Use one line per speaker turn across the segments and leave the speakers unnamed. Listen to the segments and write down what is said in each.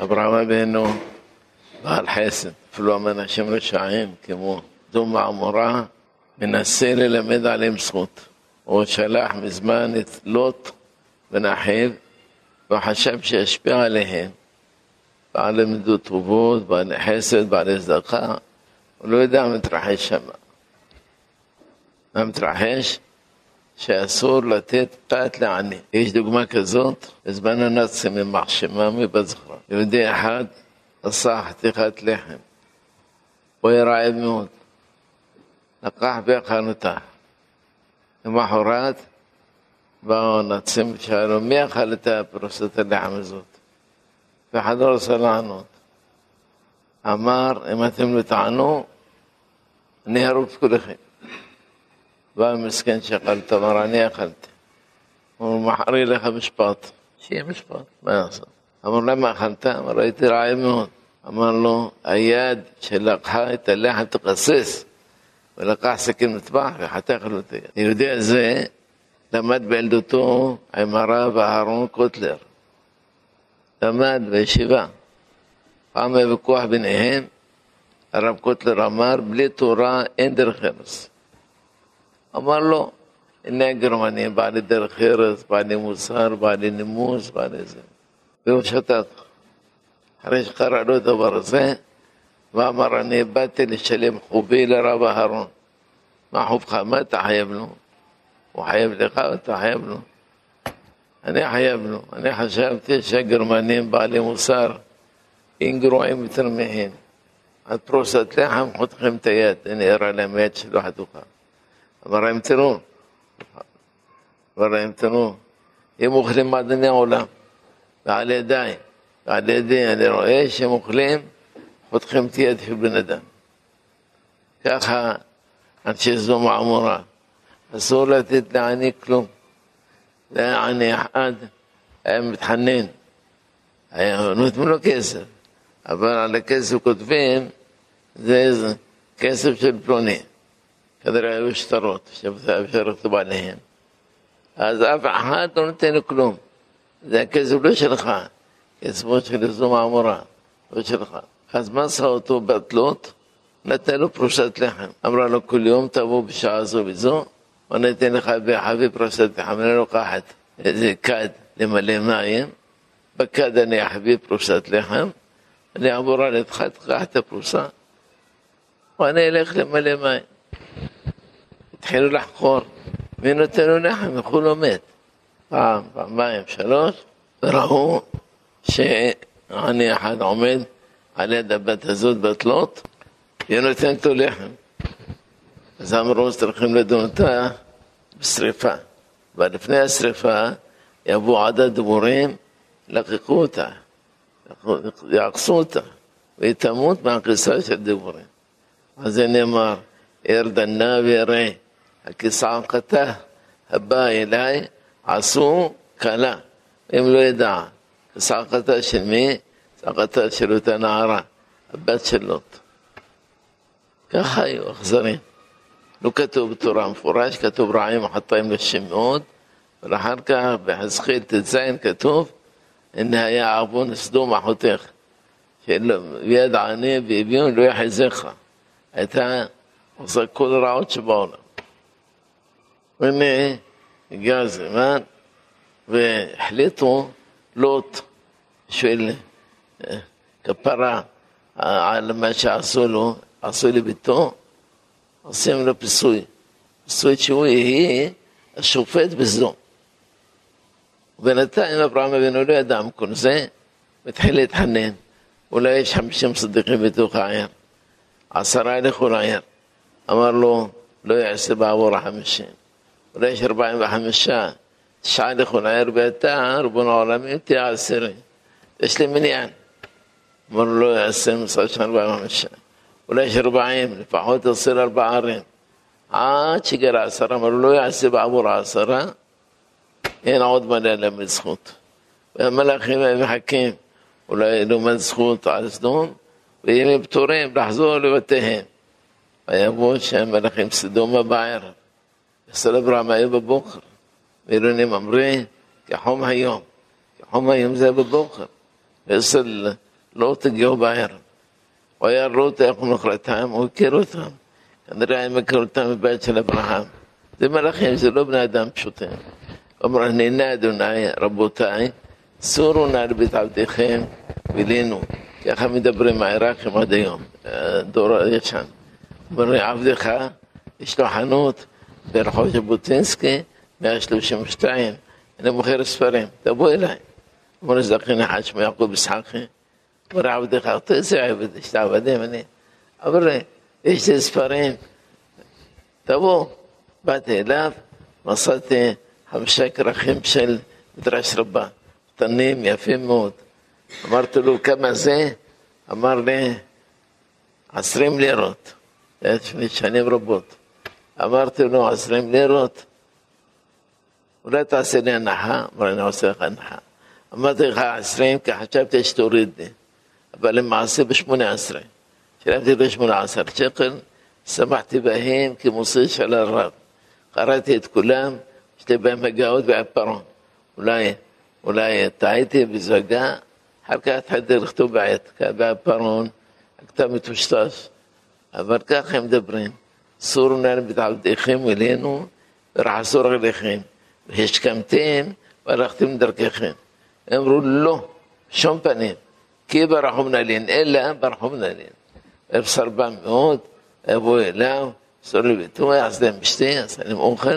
אברהם אבינו בעל חסד, אפילו אנשים רשעים כמו סדום ועמורה, מנסה ללמד עליהם זכות. הוא שלח מזמן את לוט בן אחיו, וחשב שישפיע עליהם, בעלי מידות טובות, בעלי חסד, בעלי צדקה. הוא לא יודע מה מתרחש שם. מה מתרחש? שאסור לתת פת לעני. יש דוגמה כזאת, בזמן הנאצים יימח שמם ובת זכרם. יהודי אחד עשה חתיכת לחם. הוא היה רעב מאוד. לקח ואכל אותה. למחרת באו הנאצים ושאלו, מי אכל את פרוסת הלחם הזאת? ואחד לא רצה לענות. אמר, אם אתם לא תענו, אני אהרוג את כולכם. בא המסכן שאכלת, אמר, אני אכלתי. הוא מחרי לך משפט. שיהיה משפט, מה לעשות? אמר, למה אכלת? אמר, הייתי רעב מאוד. אמר לו, היד שלקחה את הלחם תקסס, ולקח סכין מטבח וחתך לו את היד. היהודי הזה למד בילדותו עם הרב אהרון קוטלר. למד בישיבה. פעם היה ויכוח ביניהם, הרב קוטלר אמר, בלי תורה אין דרך ארץ. אמר לו, הנה הגרמנים, בעלי דרך ארץ, בעלי מוסר, בעלי נימוס, בעלי זה. והוא שתק. אחרי שקרא לו דבר הזה, ואמר, אני באתי לשלם חובי לרב אהרון. מה חובך? מה אתה חייב לו? הוא חייב לך ואתה חייב לו. אני חייב לו. אני חשבתי שהגרמנים בעלי מוסר, הם גרועים יותר מהן. עד פרוסת לחם חותכים את היד, אני אראה להם יד שלא חתוכה. אמר להם תראו, הם אוכלים מעדני העולם, ועל ידי אני רואה שהם אוכלים, חותכים את יד של בן אדם. ככה אנשי סדום ועמורה, אסור לתת לעני כלום. לעני אחד היה מתחנן, נותנים לו כסף, אבל על הכסף כותבים, זה כסף של פלוני. כנראה היו שטרות, שאפשר לכתוב עליהם. אז אף אחד לא נותן לו כלום. זה הכסף לא שלך, כספו של סדום ועמורה, לא שלך. אז מה עשה אותו בת לוט? נתן לו פרוסת לחם. אמרה לו, כל יום תבוא בשעה זו וזו, ונתן לך בחבי פרוסת לחם. אני לוקחת איזה כד למלא מים, בכד אני אחביא פרוסת לחם, אני אעבור על ידך, תקח את הפרוסה, ואני אלך למלא מים. התחילו לחקור, מי נותן לו לחם, איך הוא לא מת. פעמיים, 3, וראו שאני אחד עומד על יד הבת הזאת, בת לוט, היא נותנת לו לחם. אז אמרו, צריכים לדון אותה בשריפה. ולפני השריפה יבואו עד הדבורים, לקחו אותה, יעקסו אותה, והיא תמות מהכיסה של דבורים. אז זה נאמר, ארדנה ויראה, הכיסעקתה הבאה אליי, עשו קלה, הם לא ידעה. כיסעקתה של מי? כיסעקתה של אותה נערה, הבת של לוט. ככה היו אכזרים. לא כתוב בתורה מפורש, כתוב רעים וחטאים לשם מאוד, ולאחר כך בחזקאל ט"ז כתוב, הנה היה עוון סדום אחותך, ויד עני ואביון לא יחזיך. הייתה עושה כל רעות שבעולם. והנה הגיע הזמן, והחליטו לוט של כפרה על מה שעשו לו, עשו לביתו, עושים לו פיסוי שהוא יהיה השופט בסדום. ובינתיים אברהם אבינו לא ידע מכל זה, מתחיל להתחנן, אולי יש 50 צדיקים בתוך העיר, 10 ילכו לעיר. אמר לו, לא יעשה בעבור 50, אולי יש 45, 9 ילכו לעיר, ואתה, רבון העולמים, תהיה 10, יש לי מניין. אמר לו, לא יעשה מסע של 45, אולי יש 40, לפחות 4 ערים. עד שגר 10, אמר לו, לא יעשה בעבור 10, אין עוד מלא להם לזכות. והמלאכים הם מחכים, אולי לומד זכות על סדום, והם פטורים לחזור לבתיהם. ויבואו שהמלאכים סדומה בערב. יסל אברהם היה בבוקר. ואלוהים אמרי, כחום היום. כחום היום זה בבוקר. ויסל לא תגיעו בערב. הוא היה רות איך מחרתם, הוא הכיר אותם. כנראה הם מכיר אותם בבית של אברהם. זה מלאכים, זה לא בני אדם פשוטים. אומר, הנה אדוני, רבותיי, סורו נא לבית עבדיכם ולינו. ככה מדברים מהעיראקים עד היום, דור הישן. אומר, עבדך, יש לו חנות ברחוב ז'בוטינסקי, 132, אני מוכר ספרים, תבוא אליי. אומר, זכין אחד שמו יעקב יצחקי. אומר, עבדך, אתה איזה עבד, יש לי עבדים, אני. אומר, יש לי ספרים, תבוא. באתי אליו, מצאתי 5 כרכים של מדרש רבה, קטנים, יפים מאוד. אמרתי לו, כמה זה? אמר לי, 20 לירות. זה לפני שנים רבות. אמרתי לו, 20 לירות? אולי תעשה לי הנחה? אמר, אני עושה לך הנחה. אמרתי לך 20, כי חשבתי שתוריד לי. אבל למעשה ב-18. שלמתי ב-18 שקל, שמחתי בהם כמוסי של הרב. קראתי את כולם, יש לי בהם הגאות ועפרון. אולי טעיתי בזוגה, אחר כך התחלתי לכתוב בעפרון, הכתב מטושטש. אבל ככה הם מדברים, סורו נא לבית עבדיכם אלינו, ורחסו רגליכם, והשכמתם והלכתם דרככם. אמרו לא, שום פנים, כי ברחו מנהלין, אלא ברחו מנהלין. אפשר בא מאוד, אבוא אליו, סורו לביתו, יעשה להם בשתי, יעשה להם אוכל.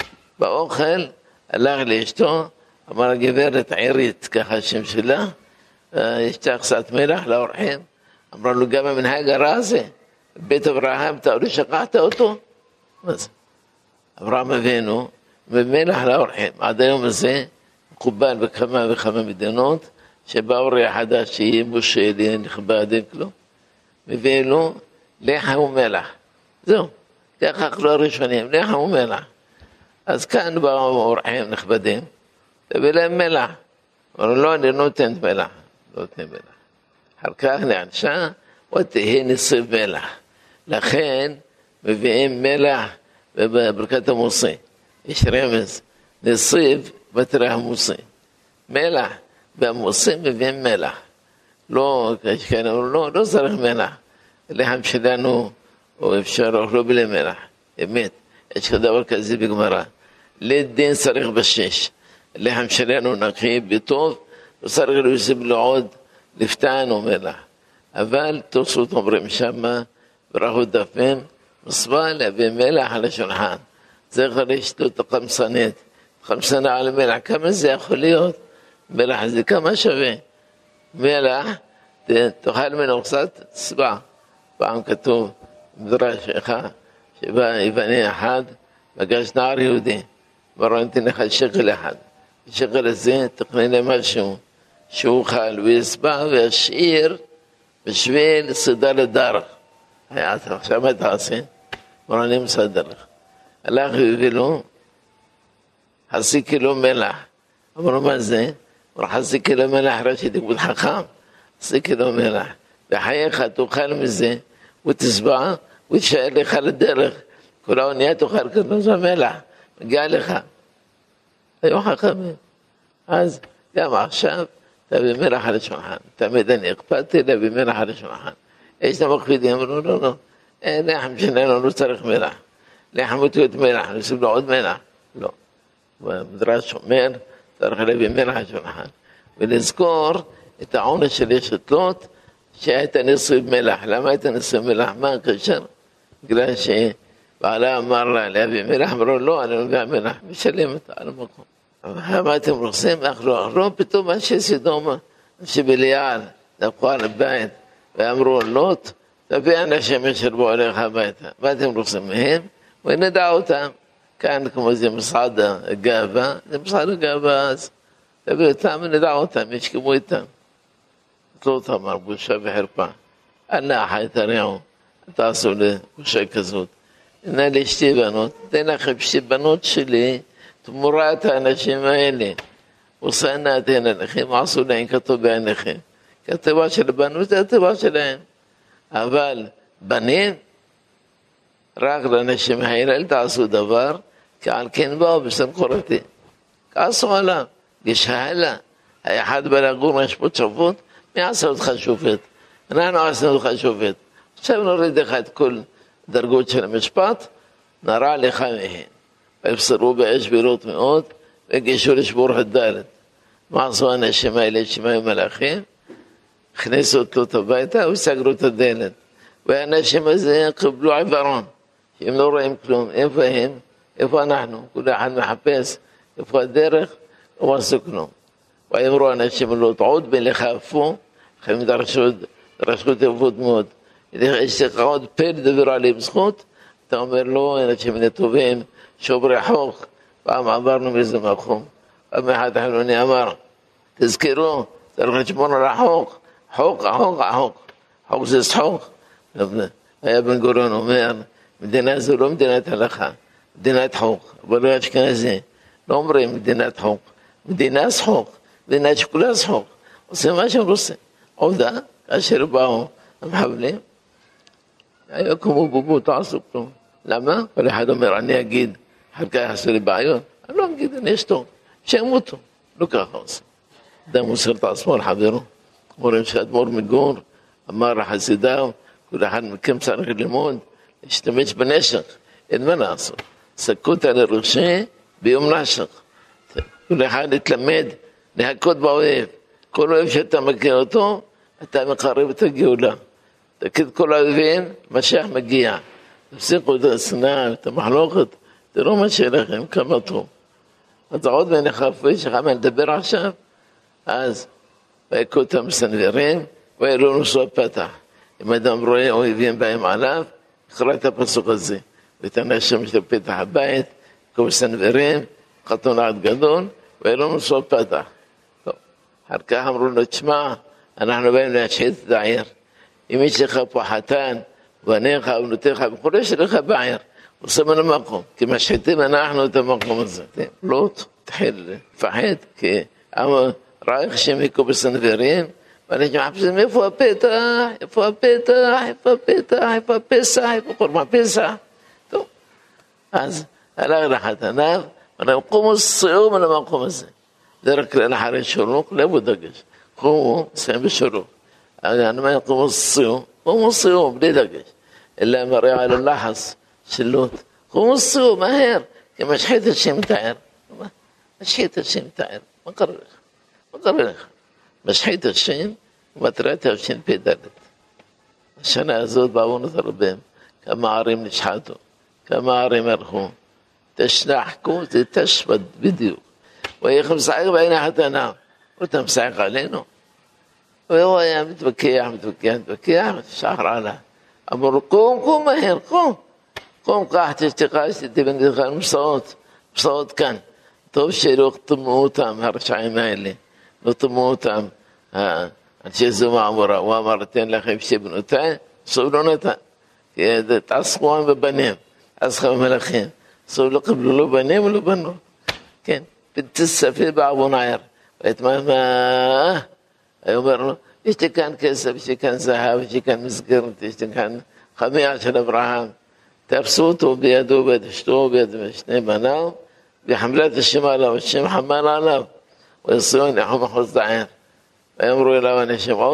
באוכל הלך לאשתו, אמר הגברת עירית, ככה השם שלה, יש קצת מלח לאורחים. אמרה לו, גם המנהג הרע הזה, בית אברהם, אתה לא שכחת אותו? מה זה? אברהם אבינו, ומלח לאורחים. עד היום הזה, מקובל בכמה וכמה מדינות, שבא אורח חדש שיהיה מושל, יהיה נכבד, כלום. מביא לו לחם ומלח. זהו, ככה אכלו הראשונים, לחם ומלח. אז כאן באו אורחים נכבדים, תביא להם מלח. אמרו, לא, אני לא נותן מלח. לא נותן מלח. אחר כך נענשה, ותהי נסיב מלח. לכן מביאים מלח בברכת המוסי. יש רמז, נסיב בתרי המוסי. מלח, והמוסי מביאים מלח. לא, לא צריך מלח. לחם שלנו, או אפשר אוכלו בלי מלח. אמת, יש דבר כזה בגמרא. לדין צריך בשש. לחם שלנו נקי בטוב, וצריך להוסיף לו עוד לפתן או מלח. אבל תוספות אומרים שמה, ברכות דפים, מצווה להביא מלח על השולחן. צריך לשתות חמסנית. חמסנה על מלח, כמה זה יכול להיות? מלח זה כמה שווה? מלח, תאכל ממנו קצת, צבע. פעם כתוב, מדרש אחד, שבא יווני אחד, פגש נער יהודי, ורנתי לך שקל אחד. השקל הזה תכנן משהו, שהוא אוכל ויסבע וישאיר בשביל סדר לדרך. עכשיו מה תעשה? אמר, אני מסדר לך. הלך והביא לו, חצי קילו מלח. אמרו, מה זה? אמר, חצי קילו מלח, ראשי תקבוד חכם, חצי קילו מלח. בחייך תאכל מזה, ותסבע, ותשאר לך לדרך. כל האונייה תאכל כזה זה מלח, מגיע לך. היו חכמים. אז גם עכשיו, תביא מלח על השולחן. תמיד אני אכפתי להביא מלח על השולחן. יש להם מקפידים, אמרו, לא. לחם שלנו לא צריך מלח. לחם אותיות מלח, נוסיף לו עוד מלח. לא. המדרש אומר, צריך להביא מלח על השולחן. ולזכור את העונש של אשת לוט, שהיית נשוי מלח. למה היית נשוי מלח? מה הקשר? בגלל שבעלה אמר לה להביא מלח, אמרו, לא, אני לא מביא מלח. משלם אותה על המקום. מה אתם רוצים? אכלו, פתאום אנשי סדום, אנשי בליעל, דפקו על הבית, ואמרו, לוט, תביא אנשים ישרבו עליך הביתה. מה אתם רוצים מהם? ונדע אותם. כאן כמו זה משרד הגאווה, זה משרד הגאווה אז. תביא אותם ונדע אותם, ישכמו איתם. לוט אמר, בושה וחרפה. אנא אחי תריעו, תעשו לי בושה כזאת. הנה לי שתי בנות, תן לכם שתי בנות שלי, תמורת האנשים האלה. ושאנה אתן עליכם, עשו להם כתוב בעיניכם. כתבה של הבנות זה כתבה שלהם. אבל בנים, רק לאנשים האלה, אל תעשו דבר, כי על כן באו בשם קוראתי. כעסו עליו, גשהלה, האחד בא לגור משפוט שפוט, מי עשה אותך שופט? אנחנו עשינו אותך שופט. עכשיו נוריד לך את כל דרגות של המשפט, נרע לך מהן. ויבשרו באש בירות מאוד, והגישו לשבור הדלת. מה עשו האנשים האלה שמהם מלאכים? הכניסו אותו הביתה וסגרו את הדלת. והאנשים הזה קיבלו עיוורון, שהם לא רואים כלום. איפה הם? איפה אנחנו? כל אחד מחפש איפה הדרך, לא עשו כלום. ואמרו אנשים לא עוד בלחפו, הם דרשו תפות מאוד. יש לך עוד פה לדבר עליהם זכות, אתה אומר לא, אנשים טובים, שוברי חוק, פעם עברנו באיזה מקום, פעם אחד חילוני אמר, תזכרו, צריך לשמור על החוק, חוק זה שחוק. היה בן גוריון אומר, מדינה זו לא מדינת הלכה, מדינת חוק, אבל לא אשכנזי, לא אומרים מדינת חוק, מדינה שחוק, מדינה שכולה שחוק, עושה מה שהם עושים. עובדה, כאשר באו המחבלים, היה כמו בובו, תעשו כלום. למה? כל אחד אומר, אני אגיד, אחר כך יעשו לי בעיות, אני לא אגיד, אני אשתוק, שימותו, לא ככה עושים. אדם מוסר את עצמו לחברו, אומרים שאדמו"ר מגור, אמר לחסידיו, כל אחד מכם צריך ללמוד, להשתמש בנשק, אין מה לעשות. סקות על הראשי ביום נשק. כל אחד יתלמד להכות באוהב. כל אוהב שאתה מכיר אותו, אתה מקרב את הגאולה. תגיד כל האוהבים, משיח מגיע. תפסיקו את השנאה, את המחלוקת, תראו מה שלכם, כמה טוב. אז עוד מנחפו, יש לך מה לדבר עכשיו? אז, ויקו את המסנוורים, ואלו נושא פתח. אם אדם רואה אוהבים בהם עליו, קרא את הפסוק הזה. ותנה שם של פתח הבית, כל מסנוורים, חתון עד גדול, ואלו נושא פתח. טוב, אחר כך אמרו לו, תשמע, אנחנו באים להשחית את העיר. אם יש לך פה חתן, בניך ובנותיך, וכו' יש לך בעיר. עושה מן המקום, כי משחיתים אנחנו את המקום הזה. לא תתחיל לפחד, כי ראה שהם הכו בסנוורים, ואנשים מחפשים איפה הפתח, איפה הפתח, איפה הפתח, איפה הפסח, איפה קורמה פסח. טוב, אז הלך לחתניו, ואנחנו קומו סעו מן המקום הזה. דרך כלל אחרי שורוק, לא בדגש. קומו, סיים בשורוק. אני אומר, קומו סעו, בלי דגש. אלא מראה על הלחץ של לוט. קומו סעו, מהר, כי משחית השם את העיר. משחית השם את העיר. מה קרה לך? מה קרה לך? משחית השם, ומטרת השם פדלת. השנה הזאת בעוונות הרבים, כמה ערים נשחטו, כמה ערים ערכו. תשנחקו, זה תשבד בדיוק. ואיך משחק בעיני החתנה, ואתה משחק עלינו. והוא היה מתווכח, שחר עלה. אמרו, קום מהר, קום, קח, תשתך, שתבנתך מסעות כאן. טוב שלא תמו אותם, הרשעים האלה. לא תמו אותם, אנשי זו מעמורה. הוא אמר, תן לכם שבנותיי, סוב לא נתן. תעסקו עם בבנים, עסקו במלאכים. סוב לא קבלו לא בנים ולא בנות. כן, תספי בעוון העיר. ואת מה, הוא אומר לו, יש לי כאן כסף, יש לי כאן זהב, יש לי כאן מסגרת, יש לי כאן חמיה של אברהם. תפסו אותו בידו, ביד אשתו, ביד שני בניו, וחמלת השם עליו, השם חמל עליו. ויסעו נחו מחוץ לעיר. ואמרו אליו אנשים עוד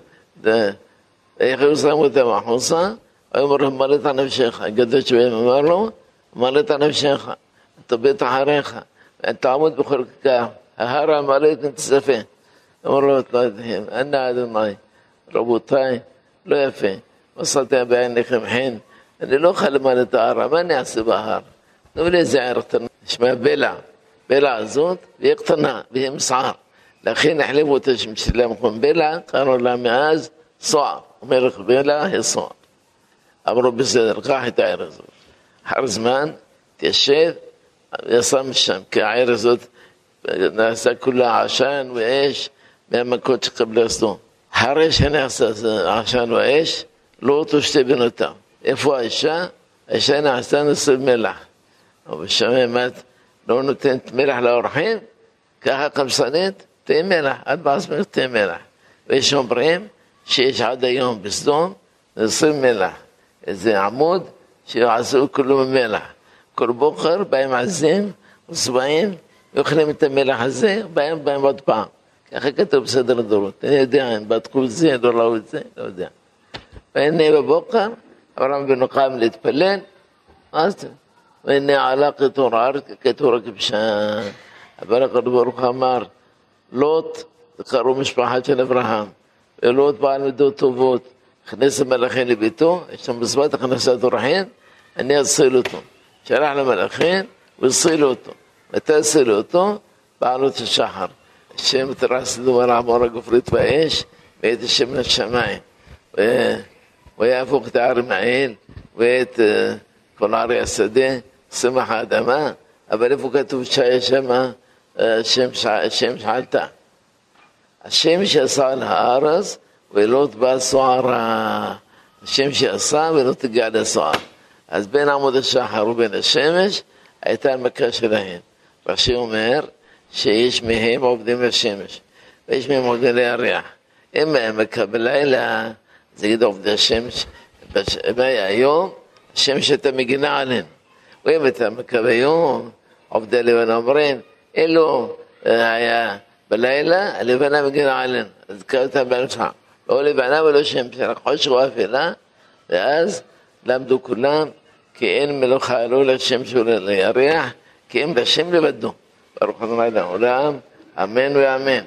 איך הוא שם אותם החוצה? ואמרו, מלאת נפשך. הקדוש ברוך הוא אמר לו, מלאת נפשך. תביט אחריך. תעמוד בחלקך. ההר המלאת נצפה. אמרו לו, לא יודעים, אנא אדוני, רבותיי, לא יפה. מסלתי בעיניכם חן. אני לא אוכל למלא את ההר, מה אני אעשה בהר? תנו לי איזה עיר קטנה. נשמע בלע הזאת, והיא קטנה, והיא מסער. לכן החליפו אותה שמשלם חום בלע, קראו לה מאז סוער. מלך בלע היא סוער. אמרו בסדר, קח את העיר הזאת. אחר זמן, תיישב, וישם שם, כי העיר הזאת נעשה כולה עשן ואש, מהמכות שקבלה סדום. אחרי שנעשה עשן ואש, לא אותו שתי בנותיו. איפה האישה? האישה נעשה נושא מלח. אבל שמעת, לא נותנת מלח לאורחים, ככה קמסנית, תהיה מלח, עד בעצמך תהיה מלח. ויש אומרים שיש עד היום בסדום, נושא מלח. איזה עמוד שעשו כולו ממלח. כל בוקר באים עזים וצבעים, ואוכלים את המלח הזה, באים עוד פעם. ככה כתוב בסדר הדורות. אני יודע, הם בדקו את זה, לא ראו את זה, לא יודע. והנה בבוקר, אברהם בן נוחם להתפלל, אז והנה עלה כתור הארץ, כתור הכבשה. אבל הקדוש ברוך אמר, לוט, קראו משפחה של אברהם, ולוט בעל מידות טובות, הכנס המלאכין לביתו, יש שם בזמן הכנסת אורחין, אני אציל אותו. שלח למלאכין, והצילו אותו. מתי הצילו אותו? בעלות השחר. השם תרס לדומר עמור הגופרית באש, ואת השם מן השמיים. ויהפוך את הער מעיל, ואת כל ערי השדה, צמח האדמה, אבל איפה כתוב שהיה שם השם שעלתה? השם שעשה על הארץ, ולא תבע סוערה. השם שעשה ולא תגיע לסוער. אז בין עמוד השחר ובין השמש, הייתה המכה שלהם. רש"י אומר, שיש מהם עובדים לשמש, ויש מהם עובדים לירח. אם הם מכה בלילה, זה יגיד עובדי השמש, היום, השמש הייתה מגינה עליהם. ואם אתה מכה ביום, עובדי לבן אומרים, אלו היה בלילה, הלבנה מגינה עליהם. אז קראתה בהמשך, לא לבנה ולא שמש, רק חושך ואפלה, ואז למדו כולם, כי אין מלוכה לא לשמש ולירח, כי הם בשם לבדו. ברוך ה' לעולם, אמן ואמן.